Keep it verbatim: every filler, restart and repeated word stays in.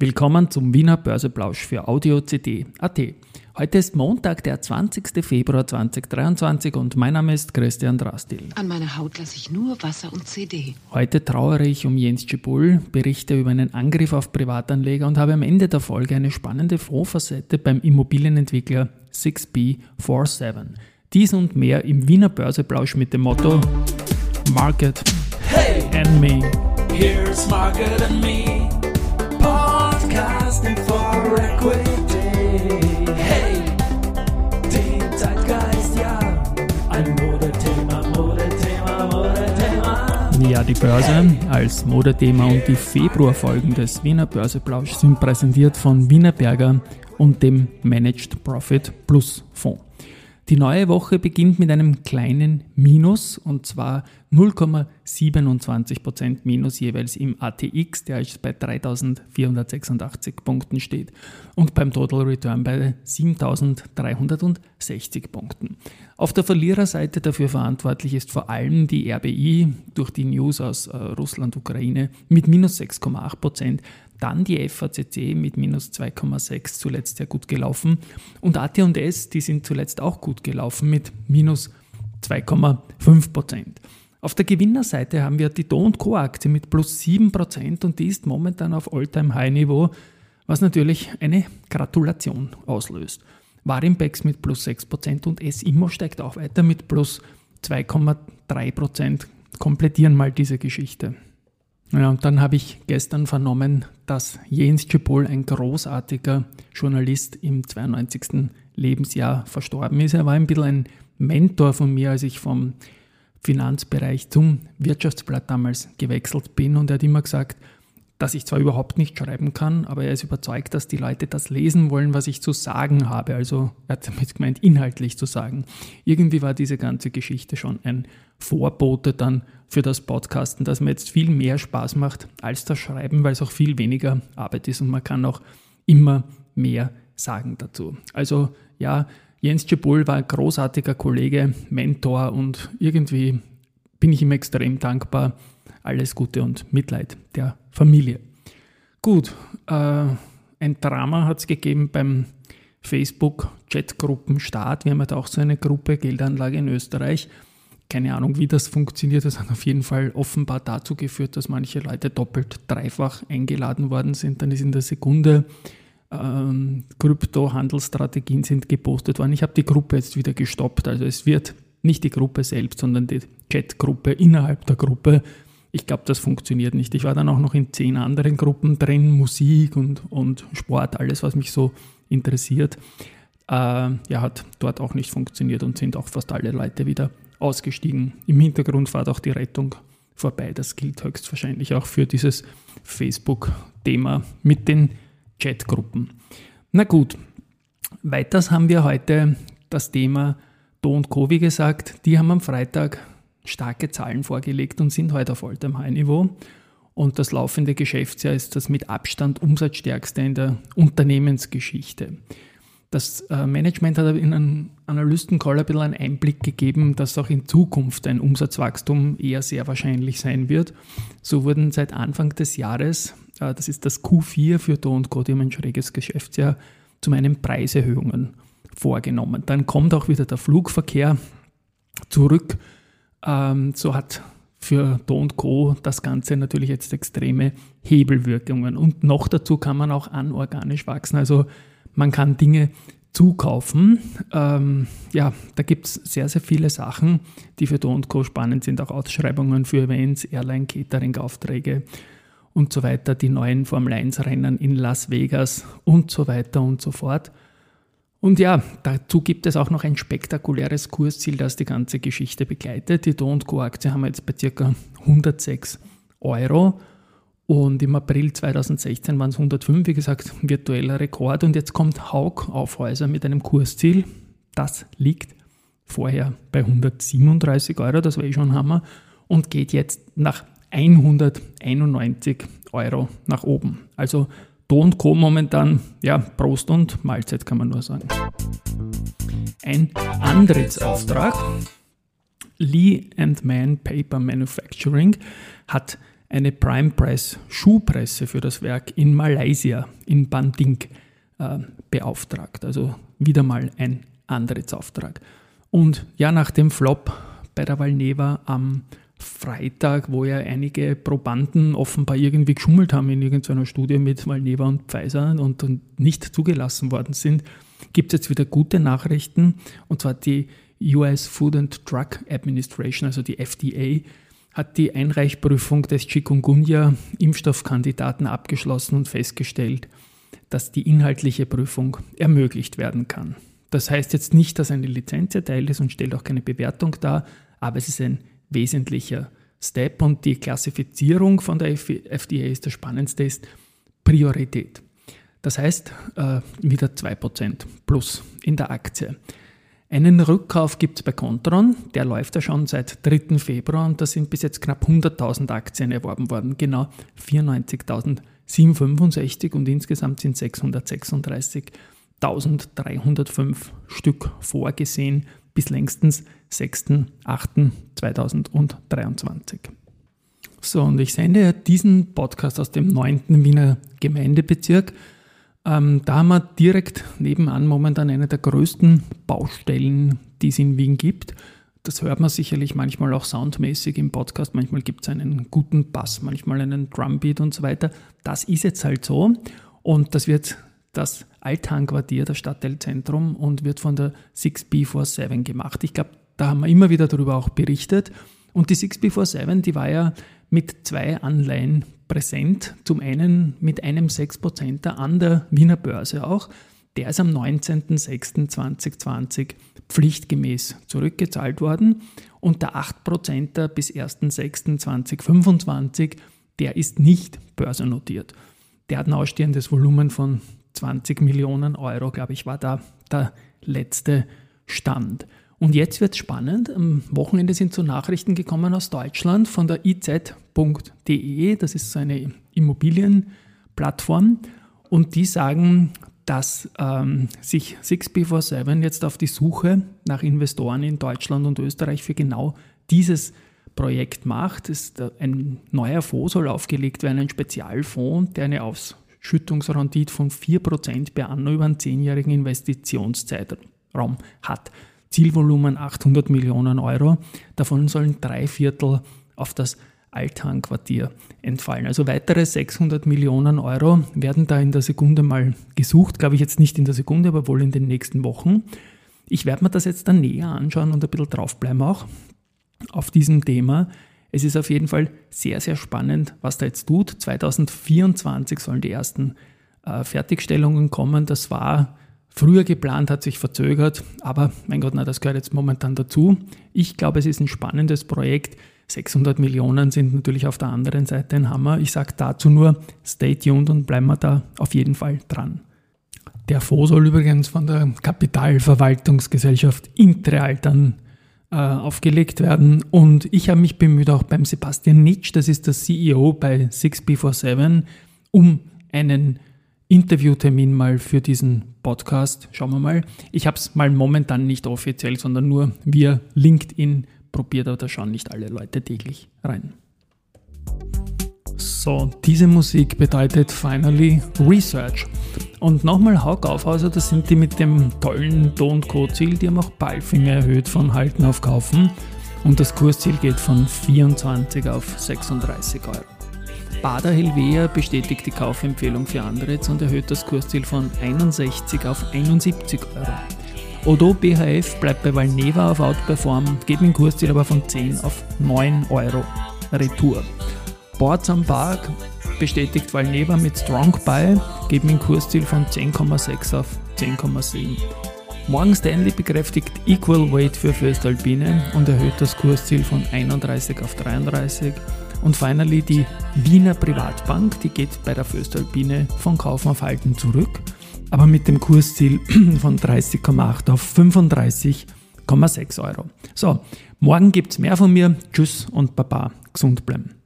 Willkommen zum Wiener Börseplausch für Audio C D Punkt A T. Heute ist Montag, der zwanzigster Februar zweitausenddreiundzwanzig und mein Name ist Christian Drastil. An meiner Haut lasse ich nur Wasser und C D. Heute trauere ich um Jens Tschibul, berichte über einen Angriff auf Privatanleger und habe am Ende der Folge eine spannende Frohfacette beim Immobilienentwickler six B siebenundvierzig. Dies und mehr im Wiener Börseplausch mit dem Motto Market Hey, and Me. here's Market and Me, podcasting for equity. Hey, den Zeitgeist, ja, ein Modethema, Modethema, Modethema. Ja, die Börse als Modethema und die Februarfolgen des Wiener Börseplausch sind präsentiert von Wienerberger und dem Managed Profit Plus Fonds. Die neue Woche beginnt mit einem kleinen Minus, und zwar null Komma siebenundzwanzig Prozent Minus jeweils im A T X, der jetzt bei dreitausendvierhundertsechsundachtzig Punkten steht, und beim Total Return bei siebentausenddreihundertsechzig Punkten. Auf der Verliererseite dafür verantwortlich ist vor allem die R B I durch die News aus äh, Russland, Ukraine mit minus sechs Komma acht Prozent. Dann die F A C C mit minus zwei Komma sechs, zuletzt sehr gut gelaufen. Und A T und S, die sind zuletzt auch gut gelaufen mit minus zwei Komma fünf Prozent. Auf der Gewinnerseite haben wir die Do und Co Aktie mit plus sieben Prozent und die ist momentan auf All-Time-High-Niveau, was natürlich eine Gratulation auslöst. Warimpex mit plus sechs Prozent und S-Immo steigt auch weiter mit plus zwei Komma drei Prozent. Komplettieren mal diese Geschichte. Ja, und dann habe ich gestern vernommen, dass Jens Tschibul, ein großartiger Journalist, im zweiundneunzigsten Lebensjahr verstorben ist. Er war ein bisschen ein Mentor von mir, als ich vom Finanzbereich zum Wirtschaftsblatt damals gewechselt bin, und er hat immer gesagt, dass ich zwar überhaupt nicht schreiben kann, aber er ist überzeugt, dass die Leute das lesen wollen, was ich zu sagen habe. Also er hat damit gemeint, inhaltlich zu sagen. Irgendwie war diese ganze Geschichte schon ein Vorbote dann für das Podcasten, dass mir jetzt viel mehr Spaß macht als das Schreiben, weil es auch viel weniger Arbeit ist und man kann auch immer mehr sagen dazu. Also ja, Jens Tschibul war ein großartiger Kollege, Mentor, und irgendwie bin ich ihm extrem dankbar. Alles Gute und Mitleid der Familie. Gut, äh, ein Drama hat es gegeben beim Facebook-Chatgruppenstart. Wir haben halt auch so eine Gruppe, Geldanlage in Österreich. Keine Ahnung, wie das funktioniert. Das hat auf jeden Fall offenbar dazu geführt, dass manche Leute doppelt, dreifach eingeladen worden sind. Dann ist in der Sekunde ähm, Krypto-Handelsstrategien sind gepostet worden. Ich habe die Gruppe jetzt wieder gestoppt. Also es wird nicht die Gruppe selbst, sondern die Chatgruppe innerhalb der Gruppe. Ich glaube, das funktioniert nicht. Ich war dann auch noch in zehn anderen Gruppen drin, Musik und, und Sport, alles, was mich so interessiert. Äh, ja, hat dort auch nicht funktioniert und sind auch fast alle Leute wieder ausgestiegen. Im Hintergrund fährt auch die Rettung vorbei. Das gilt höchstwahrscheinlich auch für dieses Facebook-Thema mit den Chatgruppen. Na gut, weiters haben wir heute das Thema Do und Co, wie gesagt. Die haben am Freitag starke Zahlen vorgelegt und sind heute auf All-Time-High-Niveau. Und das laufende Geschäftsjahr ist das mit Abstand umsatzstärkste in der Unternehmensgeschichte. Das Management hat in einem Analysten-Call ein bisschen einen Einblick gegeben, dass auch in Zukunft ein Umsatzwachstum eher sehr wahrscheinlich sein wird. So wurden seit Anfang des Jahres, das ist das Q vier für Do und Co, die haben ein schräges Geschäftsjahr, zum einen Preiserhöhungen vorgenommen. Dann kommt auch wieder der Flugverkehr zurück. Ähm, so hat für Do und Co das Ganze natürlich jetzt extreme Hebelwirkungen. Und noch dazu kann man auch anorganisch wachsen. Also man kann Dinge zukaufen. Ähm, ja, da gibt es sehr, sehr viele Sachen, die für Do und Co spannend sind. Auch Ausschreibungen für Events, Airline, Catering, Aufträge und so weiter. Die neuen Formel eins Rennen in Las Vegas und so weiter und so fort. Und ja, dazu gibt es auch noch ein spektakuläres Kursziel, das die ganze Geschichte begleitet. Die Do und Co Aktie haben wir jetzt bei ca. hundertsechs Euro und im April zweitausendsechzehn waren es hundertfünf, wie gesagt, virtueller Rekord. Und jetzt kommt Hauck Aufhäuser mit einem Kursziel, das liegt vorher bei hundertsiebenunddreißig Euro, das war eh schon Hammer, und geht jetzt nach hunderteinundneunzig Euro nach oben. Also Do und Co momentan, ja, Prost und Mahlzeit kann man nur sagen. Ein Antrittsauftrag. Lee and Man Paper Manufacturing hat eine Prime Press Schuhpresse für das Werk in Malaysia, in Banding, äh, beauftragt. Also wieder mal ein Antrittsauftrag. Und ja, nach dem Flop bei der Valneva am Freitag, wo ja einige Probanden offenbar irgendwie geschummelt haben in irgendeiner Studie mit Valneva und Pfizer und, und nicht zugelassen worden sind, gibt es jetzt wieder gute Nachrichten. Und zwar die U S Food and Drug Administration, also die F D A, hat die Einreichprüfung des Chikungunya-Impfstoffkandidaten abgeschlossen und festgestellt, dass die inhaltliche Prüfung ermöglicht werden kann. Das heißt jetzt nicht, dass eine Lizenz erteilt ist und stellt auch keine Bewertung dar, aber es ist ein wesentlicher Step und die Klassifizierung von der F D A ist das Spannendste, ist Priorität. Das heißt, äh, wieder zwei Prozent plus in der Aktie. Einen Rückkauf gibt es bei Contron, der läuft ja schon seit dritten Februar und da sind bis jetzt knapp hunderttausend Aktien erworben worden, genau vierundneunzigtausendsiebenhundertfünfundsechzig und insgesamt sind sechshundertsechsunddreißigtausenddreihundertfünf Stück vorgesehen, bis längstens sechster achter zweitausenddreiundzwanzig. So, und ich sende ja diesen Podcast aus dem neunten Wiener Gemeindebezirk. Ähm, da haben wir direkt nebenan momentan eine der größten Baustellen, die es in Wien gibt. Das hört man sicherlich manchmal auch soundmäßig im Podcast. Manchmal gibt es einen guten Bass, manchmal einen Drumbeat und so weiter. Das ist jetzt halt so. Und das wird das Althang-Quartier, das Stadtteilzentrum, und wird von der six B siebenundvierzig gemacht. Ich glaube, da haben wir immer wieder darüber auch berichtet. Und die six B siebenundvierzig, die war ja mit zwei Anleihen präsent. Zum einen mit einem sechs Prozent an der Wiener Börse auch. Der ist am neunzehnten sechsten zweitausendzwanzig pflichtgemäß zurückgezahlt worden. Und der acht Prozent bis erster sechster zweitausendfünfundzwanzig, der ist nicht börsennotiert. Der hat ein ausstehendes Volumen von zwanzig Millionen Euro, glaube ich, war da der letzte Stand. Und jetzt wird es spannend. Am Wochenende sind so Nachrichten gekommen aus Deutschland von der I Z punkt D E. Das ist so eine Immobilienplattform. Und die sagen, dass ähm, sich six B siebenundvierzig jetzt auf die Suche nach Investoren in Deutschland und Österreich für genau dieses Projekt macht. Ist ein neuer Fonds soll aufgelegt werden, ein Spezialfonds, der eine Ausschüttungsrendite von vier Prozent per anno über einen zehnjährigen Investitionszeitraum hat. Zielvolumen achthundert Millionen Euro. Davon sollen drei Viertel auf das Althang-Quartier entfallen. Also weitere sechshundert Millionen Euro werden da in der Sekunde mal gesucht. Glaube ich jetzt nicht in der Sekunde, aber wohl in den nächsten Wochen. Ich werde mir das jetzt dann näher anschauen und ein bisschen draufbleiben auch auf diesem Thema. Es ist auf jeden Fall sehr, sehr spannend, was da jetzt tut. zweitausendvierundzwanzig sollen die ersten äh, Fertigstellungen kommen. Das war früher geplant, hat sich verzögert, aber mein Gott, na, das gehört jetzt momentan dazu. Ich glaube, es ist ein spannendes Projekt. sechshundert Millionen sind natürlich auf der anderen Seite ein Hammer. Ich sage dazu nur, stay tuned und bleiben wir da auf jeden Fall dran. Der Fonds soll übrigens von der Kapitalverwaltungsgesellschaft Intrealtern äh, aufgelegt werden und ich habe mich bemüht, auch beim Sebastian Nitsch, das ist der C E O bei six B siebenundvierzig, um einen Interviewtermin mal für diesen Podcast. Schauen wir mal. Ich habe es mal momentan nicht offiziell, sondern nur via LinkedIn probiert, aber da schauen nicht alle Leute täglich rein. So, diese Musik bedeutet Finally Research. Und nochmal Haug auf, also das sind die mit dem tollen Do und Co Ziel, die haben auch Ballfinger erhöht von Halten auf Kaufen und das Kursziel geht von vierundzwanzig auf sechsunddreißig Euro. Bader Helvea bestätigt die Kaufempfehlung für Andritz und erhöht das Kursziel von einundsechzig auf einundsiebzig Euro. Odo B H F bleibt bei Valneva auf Outperform, geht mit dem Kursziel aber von zehn auf neun Euro Retour. Boards am Park bestätigt Valneva mit Strong Buy, geht mit dem Kursziel von zehn Komma sechs auf zehn Komma sieben. Morgan Stanley bekräftigt Equal Weight für Voestalpine und erhöht das Kursziel von einunddreißig auf dreiunddreißig. Und finally die Wiener Privatbank, die geht bei der Voestalpine von Kaufen auf Halten zurück, aber mit dem Kursziel von dreißig Komma acht auf fünfunddreißig Komma sechs Euro. So, morgen gibt es mehr von mir. Tschüss und Baba, gesund bleiben.